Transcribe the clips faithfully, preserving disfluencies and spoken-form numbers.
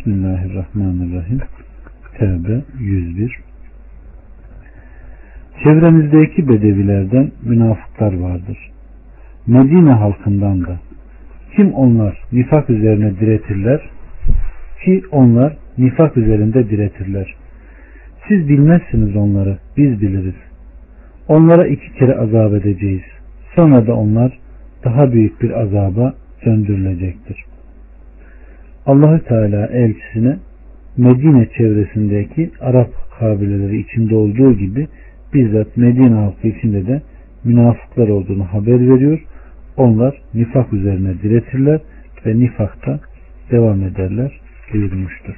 Bismillahirrahmanirrahim. Tevbe yüz bir. Çevrenizdeki bedevilerden münafıklar vardır. Medine halkından da. Kim onlar nifak üzerine diretirler ki onlar nifak üzerinde diretirler. Siz bilmezsiniz onları, biz biliriz. Onlara iki kere azap edeceğiz. Sonra da onlar daha büyük bir azaba döndürülecektir. Allah-u Teala elçisine Medine çevresindeki Arap kabileleri içinde olduğu gibi bizzat Medine halkı içinde de münafıklar olduğunu haber veriyor. Onlar nifak üzerine diretirler ve nifakta devam ederler buyurmuştur.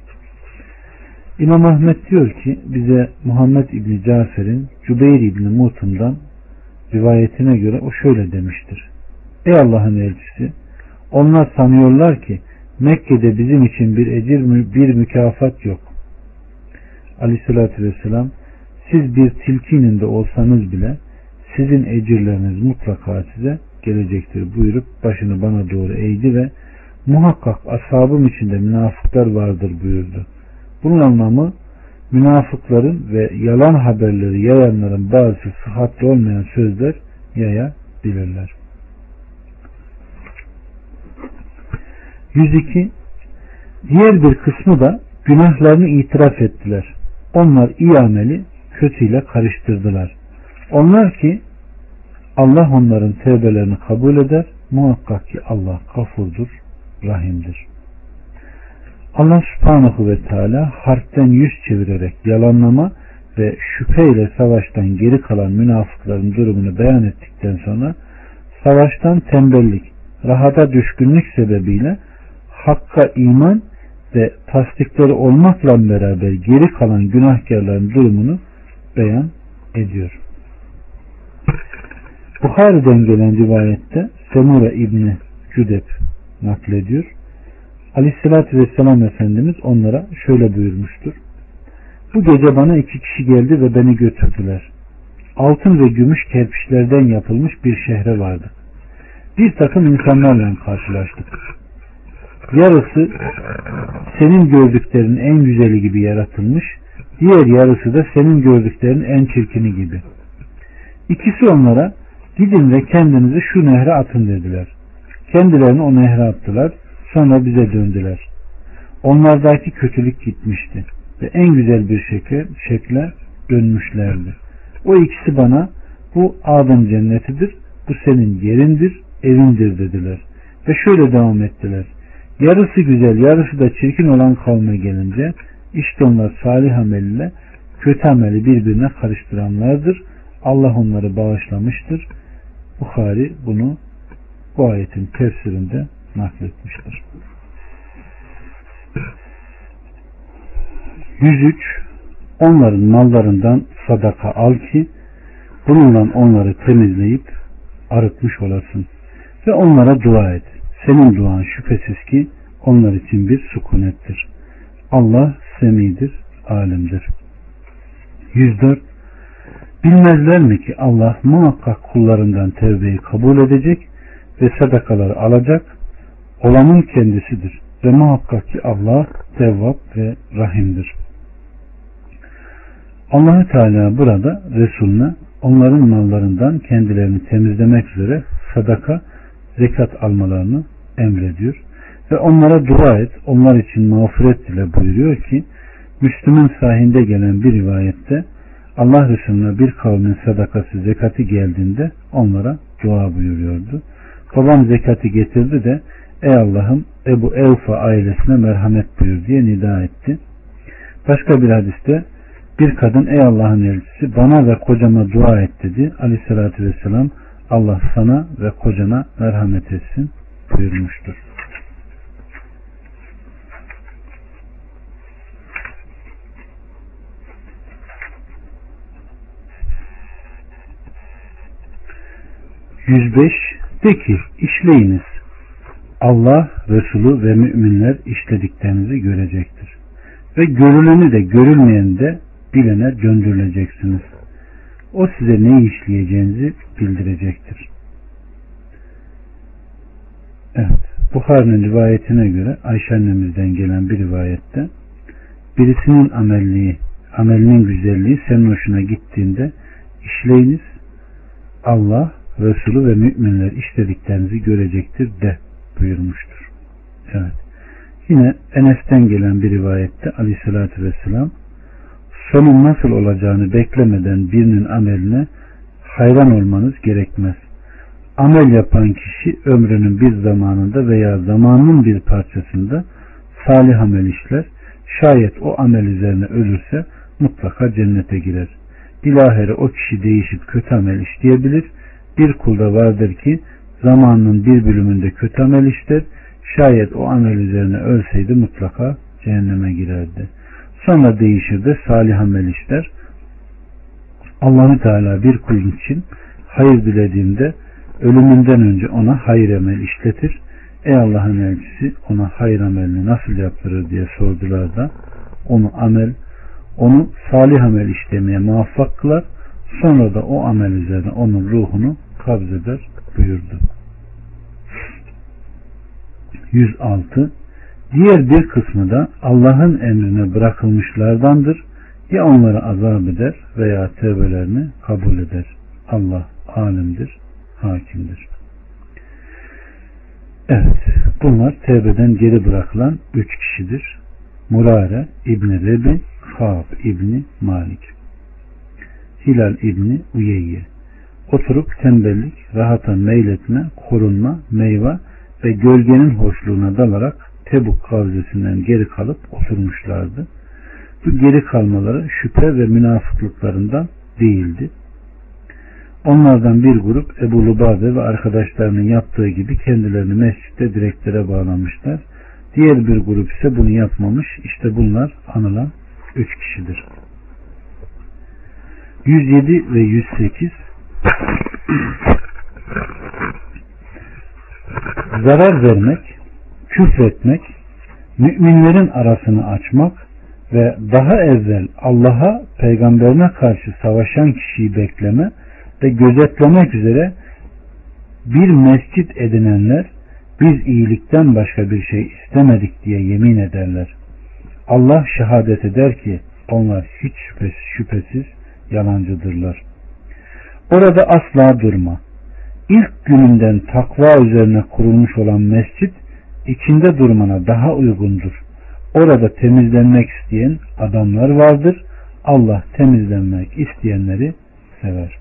İmam Ahmet diyor ki bize Muhammed İbni Cafer'in Cübeyr İbni Mut'undan rivayetine göre o şöyle demiştir. Ey Allah'ın elçisi, onlar sanıyorlar ki Mekke'de bizim için bir ecir, bir mükafat yok. Aleyhissalatü vesselam, siz bir tilkinin de olsanız bile sizin ecirleriniz mutlaka size gelecektir buyurup başını bana doğru eğdi ve muhakkak ashabım içinde münafıklar vardır buyurdu. Bunun anlamı münafıkların ve yalan haberleri yayanların bazı sıhhatli olmayan sözler yayabilirler. yüz iki. Diğer bir kısmı da günahlarını itiraf ettiler. Onlar iyi ameli kötüyle karıştırdılar. Onlar ki Allah onların tevbelerini kabul eder. Muhakkak ki Allah gafurdur, rahimdir. Allah subhanahu ve teala harpten yüz çevirerek yalanlama ve şüpheyle savaştan geri kalan münafıkların durumunu beyan ettikten sonra savaştan tembellik, rahata düşkünlük sebebiyle hakka iman ve tasdikleri olmakla beraber geri kalan günahkarların durumunu beyan ediyor. Bukhari'den gelen rivayette Semure İbni Cüdep naklediyor. Aleyhissalatü vesselam Efendimiz onlara şöyle buyurmuştur. Bu gece bana iki kişi geldi ve beni götürdüler. Altın ve gümüş kerpiçlerden yapılmış bir şehre vardık. Bir takım insanlarla karşılaştık. Yarısı senin gördüklerinin en güzeli gibi yaratılmış, diğer yarısı da senin gördüklerinin en çirkini gibi. İkisi onlara gidin ve kendinizi şu nehre atın dediler. Kendilerini o nehre attılar, sonra bize döndüler. Onlardaki kötülük gitmişti ve en güzel bir şekle, şekle dönmüşlerdi. O ikisi bana bu Adem cennetidir, bu senin yerindir, evindir dediler. Ve şöyle devam ettiler. Yarısı güzel, yarısı da çirkin olan kavme gelince işte onlar salih ameliyle kötü ameli birbirine karıştıranlardır. Allah onları bağışlamıştır. Bukhari bunu bu ayetin tefsirinde nakletmiştir. yüz üç. Onların mallarından sadaka al ki bununla onları temizleyip arıtmış olasın ve onlara dua et. Senin duan şüphesiz ki onlar için bir sükunettir. Allah semidir, alimdir. yüz dört. Bilmezler mi ki Allah muhakkak kullarından tevbeyi kabul edecek ve sadakaları alacak, olanın kendisidir ve muhakkak ki Allah Tevvab ve Rahim'dir. Allah-u Teala burada Resulüne onların mallarından kendilerini temizlemek üzere sadaka, zekat almalarını emrediyor ve onlara dua et, onlar için mağfiret dile buyuruyor ki Müslüm'ün sahihinde gelen bir rivayette Allah Resulüne bir kavmin sadakası, zekati geldiğinde onlara dua buyuruyordu. Babam zekati getirdi de ey Allah'ım Ebu Evfa ailesine merhamet buyur diye nida etti. Başka bir hadiste bir kadın ey Allah'ın elçisi bana ve kocama dua et dedi. Aleyhissalatü vesselam Allah sana ve kocana merhamet etsin buyurmuştur. yüz beş. De ki işleyiniz. Allah, Resulü ve müminler işlediklerinizi görecektir. Ve görüleni de görülmeyeni de bilene döndürüleceksiniz. O size neyi işleyeceğinizi bildirecektir. Evet. Buhari'nin rivayetine göre Ayşe annemizden gelen bir rivayette birisinin amelliği, amelinin güzelliği senin hoşuna gittiğinde işleyiniz, Allah, Resulü ve müminler işlediklerinizi görecektir de buyurmuştur. Evet. Yine Enes'ten gelen bir rivayette Aleyhisselatü Vesselam sonun nasıl olacağını beklemeden birinin ameline hayran olmanız gerekmez. Amel yapan kişi ömrünün bir zamanında veya zamanının bir parçasında salih amel işler. Şayet o amel üzerine ölürse mutlaka cennete girer. Bilahare o kişi değişip kötü amel işleyebilir. Bir kulda vardır ki zamanının bir bölümünde kötü amel işler. Şayet o amel üzerine ölseydi mutlaka cehenneme girerdi. Sonra değişir de salih amel işler. Allah-u Teala bir kulun için hayır dilediğinde ölümünden önce ona hayır amel işletir. Ey Allah'ın elçisi, ona hayır amelini nasıl yaptırır diye sordular da onu amel, onu salih amel işlemeye muvaffak kılar. Sonra da o amel üzerine onun ruhunu kabzeder buyurdu. yüz altı. Diğer bir kısmı da Allah'ın emrine bırakılmışlardandır. Ya onları azap eder veya tevbelerini kabul eder. Allah alimdir, hakimdir. Evet, bunlar tevbeden geri bırakılan üç kişidir. Murare İbni Rebi, Kâb İbni Malik, Hilal İbni Uyeyye. Oturup tembellik, rahata meyletme, korunma, meyve ve gölgenin hoşluğuna dalarak Tebuk gazvesinden geri kalıp oturmuşlardı. Bu geri kalmaları şüphe ve münafıklıklarından değildi. Onlardan bir grup Ebu Lubade ve arkadaşlarının yaptığı gibi kendilerini mescitte direklere bağlamışlar. Diğer bir grup ise bunu yapmamış. İşte bunlar anılan üç kişidir. yüz yedi ve yüz sekiz. Zarar vermek, küfretmek, müminlerin arasını açmak ve daha evvel Allah'a, peygamberine karşı savaşan kişiyi bekleme ve gözetlemek üzere bir mescit edinenler biz iyilikten başka bir şey istemedik diye yemin ederler. Allah şehadet eder ki onlar hiç şüphesiz, şüphesiz yalancıdırlar. Orada asla durma. İlk gününden takva üzerine kurulmuş olan mescit içinde durmana daha uygundur. Orada temizlenmek isteyen adamlar vardır. Allah temizlenmek isteyenleri sever.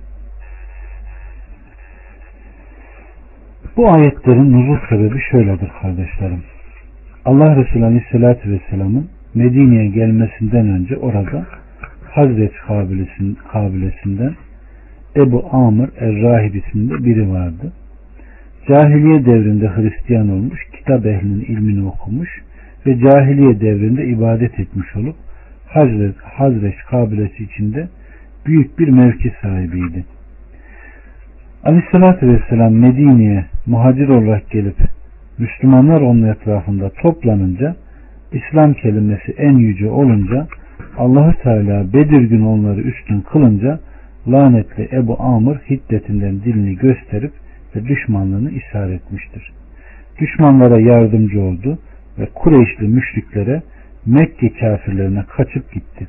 Bu ayetlerin nuzul sebebi şöyledir kardeşlerim. Allah Resulü Aleyhisselatü Vesselam'ın Medine'ye gelmesinden önce orada Hazreç kabilesinden Ebu Amr Er-Rahib isminde biri vardı. Cahiliye devrinde Hristiyan olmuş, kitap ehlinin ilmini okumuş ve cahiliye devrinde ibadet etmiş olup Hazreç, Hazreç kabilesi içinde büyük bir mevki sahibiydi. Aleyhissalatü Vesselam Medine'ye muhacir olarak gelip Müslümanlar onun etrafında toplanınca, İslam kelimesi en yüce olunca, Allah-u Teala Bedir günü onları üstün kılınca lanetli Ebu Amr hiddetinden dilini gösterip ve düşmanlığını ishar etmiştir. Düşmanlara yardımcı oldu ve Kureyşli müşriklere, Mekke kafirlerine kaçıp gitti.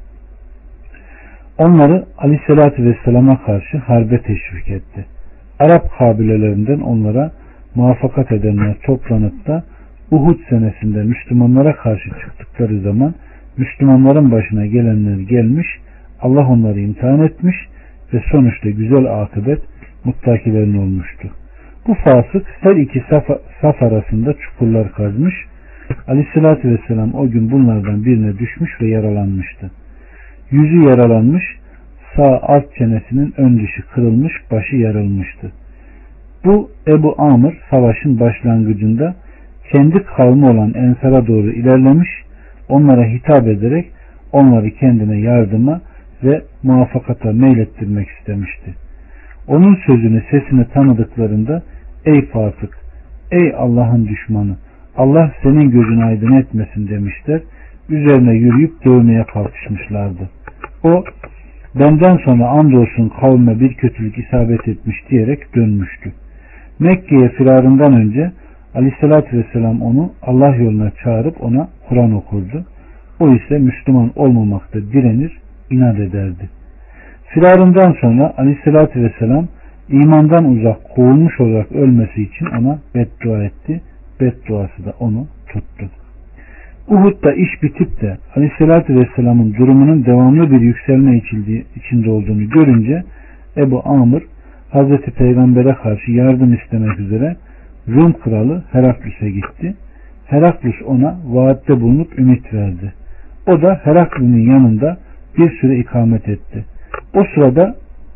Onları Aleyhisselatü Vesselam'a karşı harbe teşvik etti. Arap kabilelerinden onlara muvaffakat edenler toplanıp da Uhud senesinde Müslümanlara karşı çıktıkları zaman Müslümanların başına gelenler gelmiş, Allah onları imtihan etmiş ve sonuçta güzel akıbet muttakilerin olmuştu. Bu fasık her iki saf, saf arasında çukurlar kazmış. Aleyhissalatü Vesselam o gün bunlardan birine düşmüş ve yaralanmıştı. Yüzü yaralanmış, sağ alt çenesinin ön dışı kırılmış, başı yarılmıştı. Bu Ebu Amr savaşın başlangıcında kendi kavmi olan Ensar'a doğru ilerlemiş, onlara hitap ederek onları kendine yardıma ve muvaffakata meylettirmek istemişti. Onun sözünü, sesini tanıdıklarında ey fasık, ey Allah'ın düşmanı, Allah senin gözünü aydın etmesin demişler. Üzerine yürüyüp dövmeye kalkışmışlardı. O benden sonra andolsun kavme bir kötülük isabet etmiş diyerek dönmüştü. Mekke'ye firarından önce Aleyhissalatü vesselam onu Allah yoluna çağırıp ona Kur'an okurdu. O ise Müslüman olmamakta direnir, inat ederdi. Firarından sonra Aleyhissalatü vesselam imandan uzak, kovulmuş olarak ölmesi için ona beddua etti. Bedduası da onu tuttu. Uhud'da iş bitip de Aleyhissalatü vesselamın durumunun devamlı bir yükselme içinde olduğunu görünce Ebu Amr Hazreti Peygamber'e karşı yardım istemek üzere Rum kralı Heraklus'e gitti. Heraklus ona vaatte bulunup ümit verdi. O da Heraklus'un yanında bir süre ikamet etti. O sırada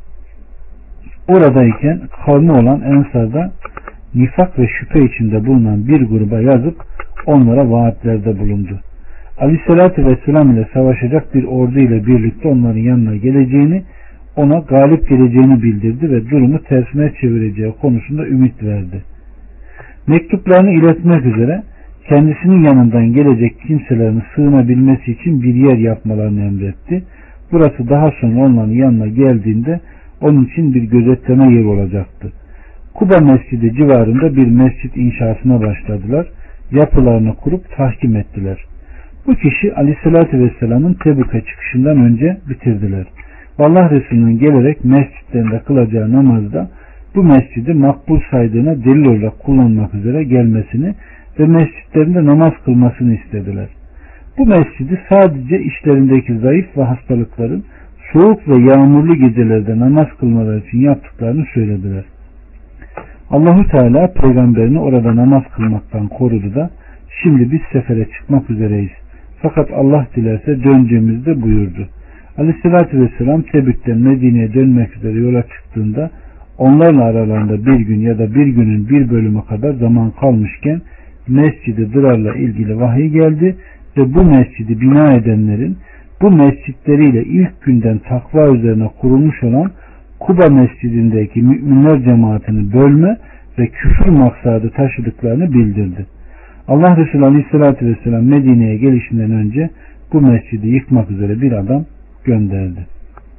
oradayken kavmi olan Ensar'da nifak ve şüphe içinde bulunan bir gruba yazıp onlara vaatlerde bulundu. Aleyhissalatü vesselam ile savaşacak bir ordu ile birlikte onların yanına geleceğini, ona galip geleceğini bildirdi ve durumu tersine çevireceği konusunda ümit verdi. Mektuplarını iletmek üzere kendisinin yanından gelecek kimselerin sığınabilmesi için bir yer yapmalarını emretti. Burası daha sonra onların yanına geldiğinde onun için bir gözetleme yeri olacaktı. Kuba Mescidi civarında bir mescit inşasına başladılar. Yapılarını kurup tahkim ettiler. Bu kişi Aleyhisselatü Vesselam'ın Tebük'e çıkışından önce bitirdiler. Allah Resulü'nün gelerek mescitlerinde kılacağı namazda bu mescidi makbul saydığına delil olarak kullanmak üzere gelmesini ve mescitlerinde namaz kılmasını istediler. Bu mescidi sadece işlerindeki zayıf ve hastalıkların soğuk ve yağmurlu gecelerde namaz kılmaları için yaptıklarını söylediler. Allahu Teala peygamberini orada namaz kılmaktan korudu da şimdi biz sefere çıkmak üzereyiz. Fakat Allah dilerse döneceğimizde buyurdu. Aleyhissalatü Vesselam Tebük'ten Medine'ye dönmek üzere yola çıktığında onlarla aralarında bir gün ya da bir günün bir bölümü kadar zaman kalmışken Mescid-i Dırar'la ilgili vahiy geldi ve bu mescidi bina edenlerin bu mescitleriyle ilk günden takva üzerine kurulmuş olan Kuba Mescidindeki müminler cemaatini bölme ve küfür maksadı taşıdıklarını bildirdi. Allah Resulü Aleyhisselatü Vesselam Medine'ye gelişinden önce bu mescidi yıkmak üzere bir adam gönderdi.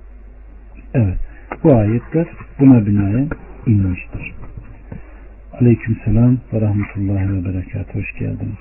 Evet, bu ayetler buna binaen inmiştir. Aleykümselam ve rahmetullahi ve berekat. Hoş geldiniz.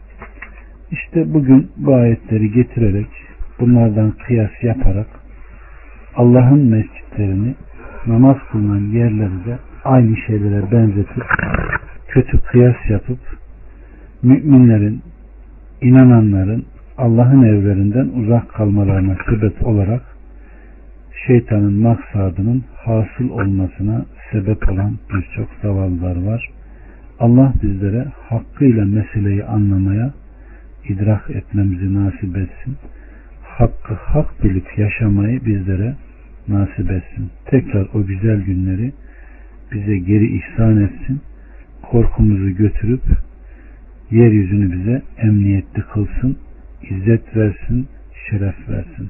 İşte bugün bu ayetleri getirerek, bunlardan kıyas yaparak Allah'ın mescitlerini namaz kılınan yerleri de aynı şeylere benzetip kötü kıyas yapıp müminlerin, inananların Allah'ın evlerinden uzak kalmalarına sebep olarak şeytanın maksadının hasıl olmasına sebep olan birçok zavallılar var. Allah bizlere hakkıyla meseleyi anlamaya, idrak etmemizi nasip etsin. Hakkı hak bilip yaşamayı bizlere nasip etsin. Tekrar o güzel günleri bize geri ihsan etsin. Korkumuzu götürüp yeryüzünü bize emniyetli kılsın. İzzet versin, şeref versin.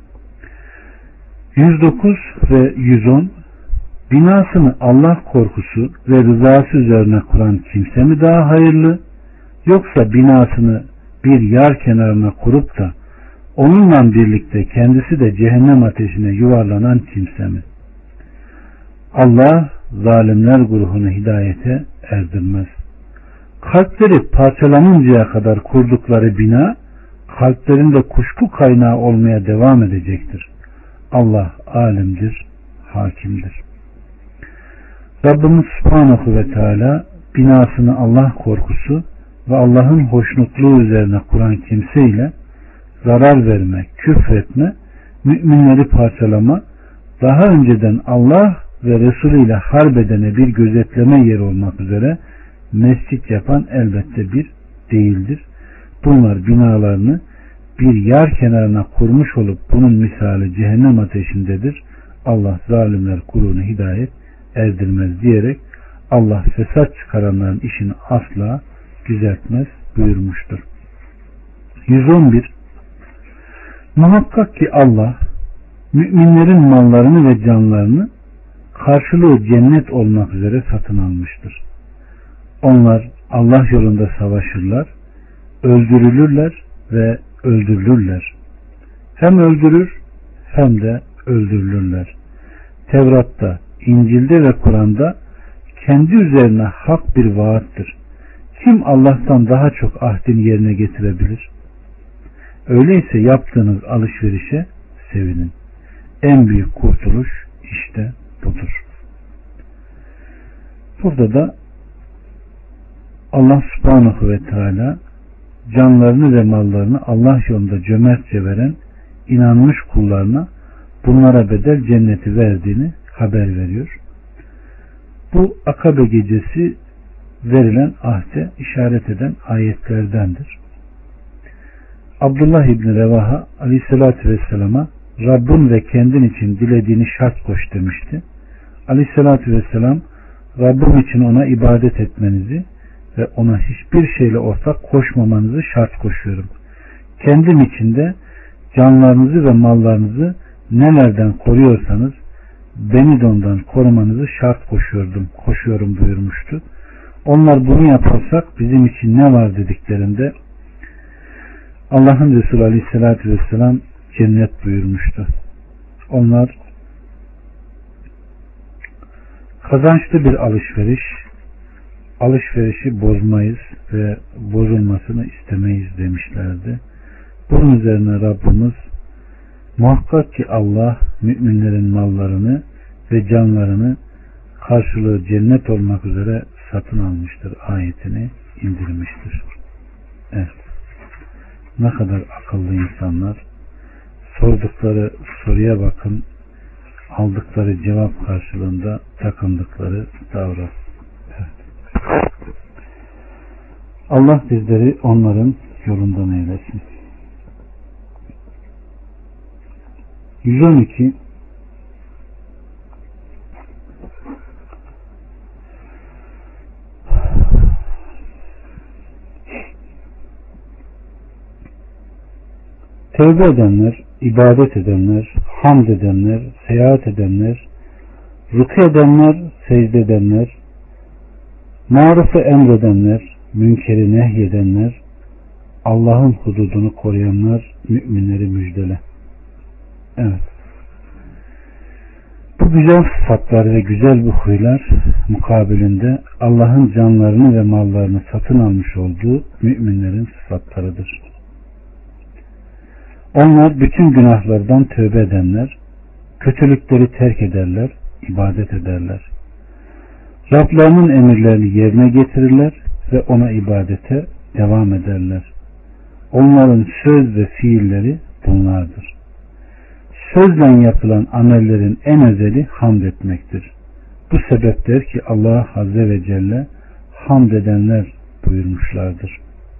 yüz dokuz ve yüz on binasını Allah korkusu ve rızası üzerine kuran kimse mi daha hayırlı, yoksa binasını bir yar kenarına kurup da onunla birlikte kendisi de cehennem ateşine yuvarlanan kimse mi? Allah zalimler grubunu hidayete erdirmez. Kalpleri parçalanıncaya kadar kurdukları bina kalplerinde kuşku kaynağı olmaya devam edecektir. Allah alimdir, hakimdir. Rabbimiz Subhanahu ve Teala binasını Allah korkusu ve Allah'ın hoşnutluğu üzerine kuran kimseyle zarar verme, küfretme, müminleri parçalama, daha önceden Allah ve Resulü ile harbedene bir gözetleme yeri olmak üzere mescit yapan elbette bir değildir. Bunlar binalarını bir yar kenarına kurmuş olup bunun misali cehennem ateşindedir. Allah zalimler kurunu hidayet erdirmez diyerek Allah fesat çıkaranların işini asla düzeltmez buyurmuştur. yüz on bir Muhakkak ki Allah müminlerin mallarını ve canlarını karşılığı cennet olmak üzere satın almıştır. Onlar Allah yolunda savaşırlar, öldürülürler ve öldürülürler. Hem öldürür hem de öldürülürler. Tevrat'ta, İncil'de ve Kur'an'da kendi üzerine hak bir vaattır. Kim Allah'tan daha çok ahdini yerine getirebilir? Öyleyse yaptığınız alışverişe sevinin. En büyük kurtuluş işte budur. Burada da Allah subhanahu ve teala canlarını ve mallarını Allah yolunda cömertçe veren inanmış kullarına bunlara bedel cenneti verdiğini haber veriyor. Bu Akabe gecesi verilen ahde işaret eden ayetlerdendir. Abdullah İbni Revaha Aleyhisselatü Vesselam'a Rabbin ve kendin için dilediğini şart koş demişti. Aleyhisselatü Vesselam Rabbim için ona ibadet etmenizi ve ona hiçbir şeyle ortak koşmamanızı şart koşuyorum. Kendim için de canlarınızı ve mallarınızı nelerden koruyorsanız beni de ondan korumanızı şart koşuyordum, koşuyorum buyurmuştu. Onlar bunu yaparsak bizim için ne var dediklerinde Allah'ın Resulü Aleyhisselatü Vesselam cennet buyurmuştu. Onlar kazançlı bir alışveriş, alışverişi bozmayız ve bozulmasını istemeyiz demişlerdi. Bunun üzerine Rabbimiz muhakkak ki Allah müminlerin mallarını ve canlarını karşılığı cennet olmak üzere satın almıştır ayetini indirmiştir. Evet. Ne kadar akıllı insanlar. Sordukları soruya bakın, aldıkları cevap karşılığında takındıkları davra. Evet. Allah bizleri onların yolundan eylesin. yüz on iki Tevbe edenler, ibadet edenler, hamd edenler, seyahat edenler, rükû edenler, secde edenler, marufu emredenler, münkeri nehyedenler, Allah'ın hududunu koruyanlar, müminleri müjdele. Evet. Bu güzel sıfatlar ve güzel bu huylar mukabilinde Allah'ın canlarını ve mallarını satın almış olduğu müminlerin sıfatlarıdır. Onlar bütün günahlardan tövbe edenler, kötülükleri terk ederler, ibadet ederler. Rablarının emirlerini yerine getirirler ve ona ibadete devam ederler. Onların söz ve fiilleri bunlardır. Sözle yapılan amellerin en özeli hamd etmektir. Bu sebeptir ki Allah Azze ve Celle hamd edenler buyurmuşlardır.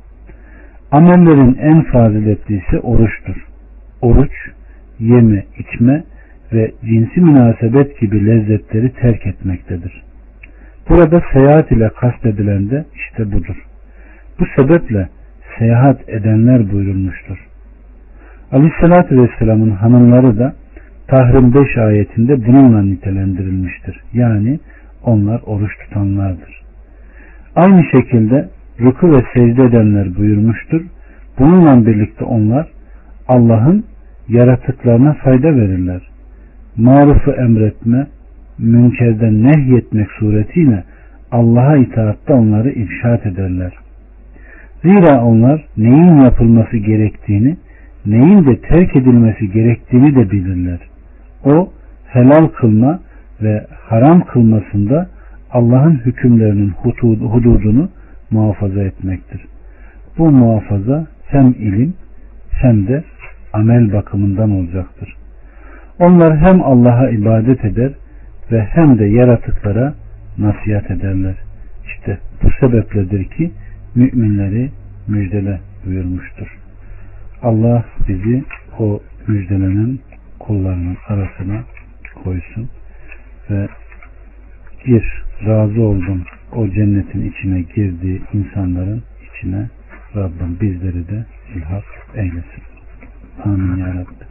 Amellerin en faziletli ise oruçtur. Oruç, yeme, içme ve cinsi münasebet gibi lezzetleri terk etmektedir. Burada seyahat ile kastedilen de işte budur. Bu sebeple seyahat edenler buyurulmuştur. Aleyhissalatü Vesselam'ın hanımları da Tahrim beş ayetinde bununla nitelendirilmiştir. Yani onlar oruç tutanlardır. Aynı şekilde rükû ve secde edenler buyurmuştur. Bununla birlikte onlar Allah'ın yaratıklarına fayda verirler. Marufu emretme, münkerden nehyetmek suretiyle Allah'a itaatte onları irşad ederler. Zira onlar neyin yapılması gerektiğini, neyin de terk edilmesi gerektiğini de bilirler. O helal kılma ve haram kılmasında Allah'ın hükümlerinin hududunu muhafaza etmektir. Bu muhafaza hem ilim hem de amel bakımından olacaktır. Onlar hem Allah'a ibadet eder ve hem de yaratıklara nasihat ederler. İşte bu sebepledir ki müminleri müjdele buyurmuştur. Allah bizi o müjdelenen kullarının arasına koysun ve gir, razı oldum o cennetin içine girdiği insanların içine Rabbim bizleri de ilhak eylesin. Amin ya Rabbi.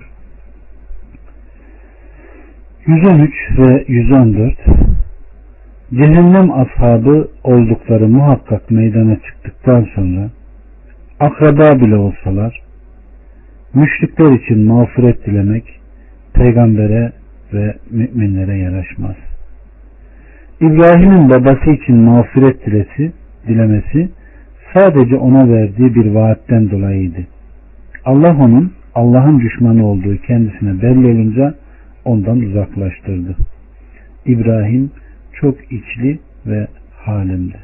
yüz on üç ve yüz on dört Cehennem ashabı oldukları muhakkak meydana çıktıktan sonra akraba bile olsalar müşrikler için mağfiret dilemek peygambere ve müminlere yaraşmaz. İbrahim'in babası için mağfiret dilesi, dilemesi sadece ona verdiği bir vaatten dolayıydı. Allah onun Allah'ın düşmanı olduğu kendisine belli olunca ondan uzaklaştırdı. İbrahim çok içli ve halimdi.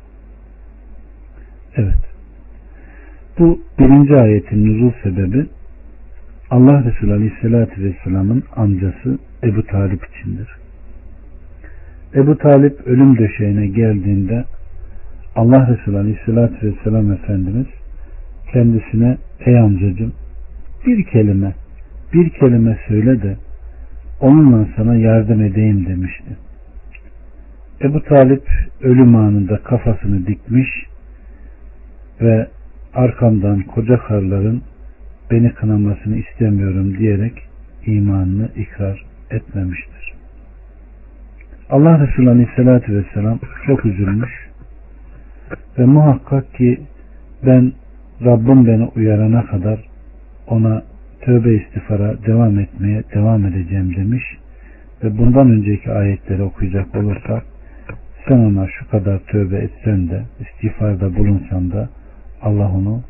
Evet. Bu birinci ayetin nüzul sebebi Allah Resulü Aleyhisselatü Vesselam'ın amcası Ebu Talip içindir. Ebu Talip ölüm döşeğine geldiğinde Allah Resulü Aleyhisselatü Vesselam Efendimiz kendisine ey amcacığım bir kelime bir kelime söyle de onunla sana yardım edeyim demişti. Ebu Talip ölüm anında kafasını dikmiş ve arkamdan koca karların beni kınamasını istemiyorum diyerek imanını ikrar etmemiştir. Allah Resulü Aleyhisselatü Vesselam çok üzülmüş ve muhakkak ki ben Rabbim beni uyarana kadar ona tövbe istiğfara devam etmeye devam edeceğim demiş ve bundan önceki ayetleri okuyacak olursak sen ona şu kadar tövbe etsen de istiğfarda bulunsan da Allah onu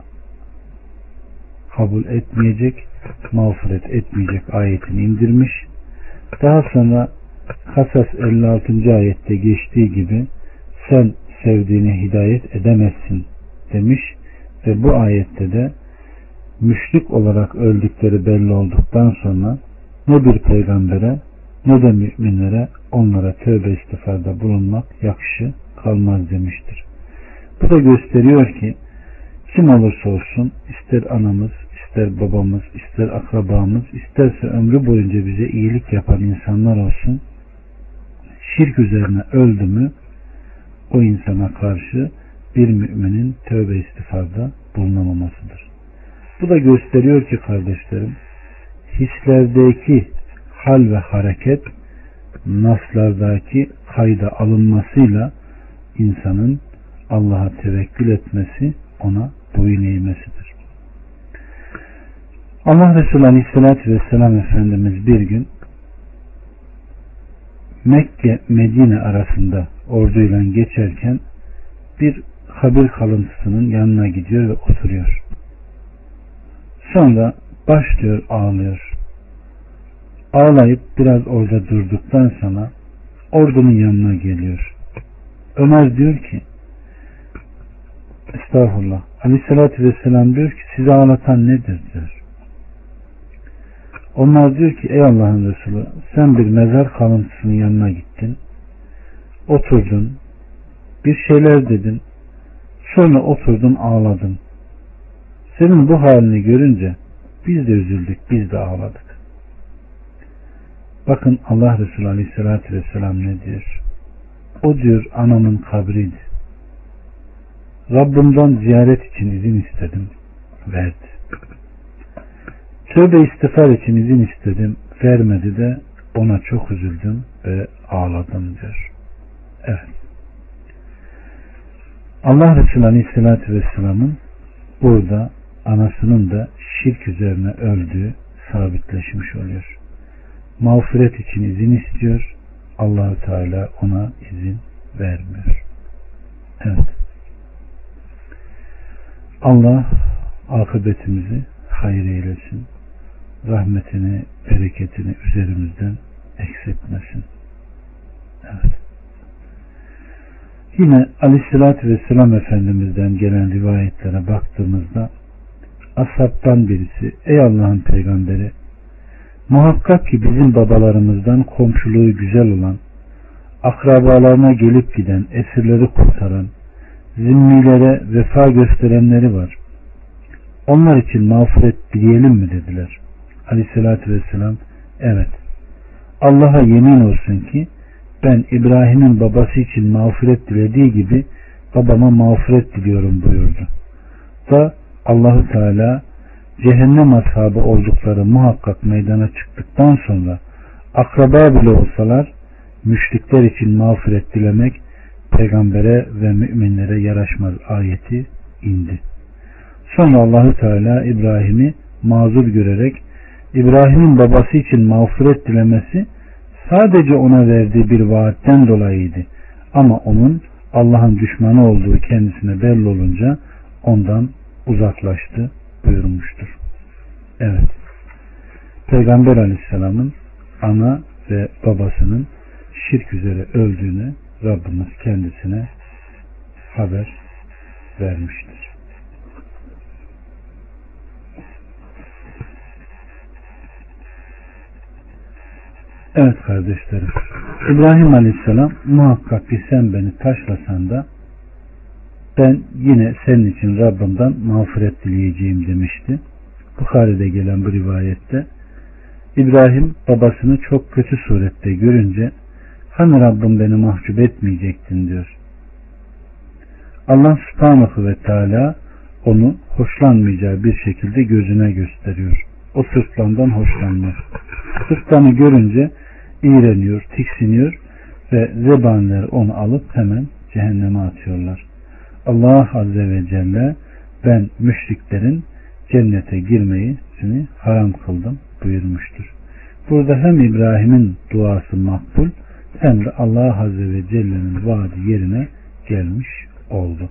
kabul etmeyecek, mağfiret etmeyecek ayetini indirmiş. Daha sonra Kasas elli altıncı ayette geçtiği gibi sen sevdiğine hidayet edemezsin demiş ve bu ayette de müşrik olarak öldükleri belli olduktan sonra ne bir peygambere ne de müminlere onlara tövbe istiğfarda bulunmak yakışı kalmaz demiştir. Bu da gösteriyor ki kim olursa olsun ister anamız, ister babamız, ister akrabamız, isterse ömrü boyunca bize iyilik yapan insanlar olsun, şirk üzerine öldü mü o insana karşı bir müminin tövbe istiğfarda bulunamamasıdır. Bu da gösteriyor ki kardeşlerim, hislerdeki hal ve hareket naslardaki kayda alınmasıyla insanın Allah'a tevekkül etmesi, ona boyun eğmesidir. Allah Resulü Aleyhisselatü Vesselam Efendimiz bir gün Mekke Medine arasında orduyla geçerken bir kabir kalıntısının yanına gidiyor ve oturuyor. Sonra başlıyor ağlıyor. Ağlayıp biraz orada durduktan sonra ordunun yanına geliyor. Ömer diyor ki estağfurullah. Aleyhissalatü vesselam diyor ki sizi ağlatan nedir diyor. Onlar diyor ki ey Allah'ın Resulü sen bir mezar kalıntısının yanına gittin. Oturdun. Bir şeyler dedin. Sonra oturdun ağladın. Senin bu halini görünce biz de üzüldük, biz de ağladık. Bakın Allah Resulü Aleyhisselatü Vesselam ne diyor? O diyor anamın kabriydi. Rabbimden ziyaret için izin istedim, verdi. Tövbe istiğfar için izin istedim, vermedi de ona çok üzüldüm ve ağladım diyor. Evet. Allah Resulü Aleyhisselatü Vesselam'ın burada anasının da şirk üzerine öldüğü sabitleşmiş oluyor. Mağfiret için izin istiyor. Allah-u Teala ona izin vermiyor. Evet. Allah akıbetimizi hayır eylesin. Rahmetini, bereketini üzerimizden eksiltmesin. Evet. Yine Aleyhisselatü Vesselam Efendimiz'den gelen rivayetlere baktığımızda ashabtan birisi ey Allah'ın peygamberi muhakkak ki bizim babalarımızdan komşuluğu güzel olan, akrabalarına gelip giden, esirleri kurtaran, zimmilere vefa gösterenleri var. Onlar için mağfiret dileyelim mi dediler. Aleyhissalatü vesselam evet. Allah'a yemin olsun ki ben İbrahim'in babası için mağfiret dilediği gibi babama mağfiret diliyorum buyurdu. Da Allah-u Teala cehennem ashabı oldukları muhakkak meydana çıktıktan sonra akraba bile olsalar müşrikler için mağfiret dilemek peygambere ve müminlere yaraşmaz ayeti indi. Sonra Allah-u Teala İbrahim'i mazur görerek İbrahim'in babası için mağfiret dilemesi sadece ona verdiği bir vaatten dolayıydı. Ama onun Allah'ın düşmanı olduğu kendisine belli olunca ondan uzaklaştı buyurmuştur. Evet. Peygamber Aleyhisselam'ın ana ve babasının şirk üzere öldüğünü Rabbimiz kendisine haber vermiştir. Evet kardeşlerim, İbrahim Aleyhisselam muhakkak ki sen beni taşlasan da ben yine senin için Rabbimden mağfiret dileyeceğim demişti. Bukhari'de gelen bu rivayette İbrahim babasını çok kötü surette görünce hani Rabbim beni mahcup etmeyecektin diyor. Allah Subhanahu ve Teala onu hoşlanmayacağı bir şekilde gözüne gösteriyor. O sırtlandan hoşlanmıyor. Sırtlanı görünce iğreniyor, tiksiniyor ve zebaniler onu alıp hemen cehenneme atıyorlar. Allah Azze ve Celle ben müşriklerin cennete girmeyi haram kıldım buyurmuştur. Burada hem İbrahim'in duası makbul hem de Allah Azze ve Celle'nin vaadi yerine gelmiş oldu.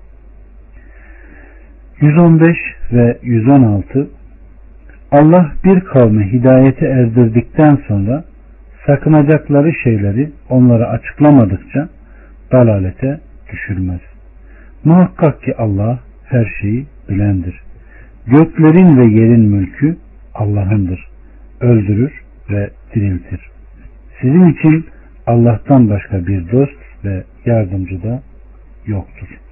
yüz on beş ve yüz on altı Allah bir kavme hidayete erdirdikten sonra sakınacakları şeyleri onlara açıklamadıkça dalalete düşürmez. Muhakkak ki Allah her şeyi bilendir. Göklerin ve yerin mülkü Allah'ındır. Öldürür ve diriltir. Sizin için Allah'tan başka bir dost ve yardımcı da yoktur.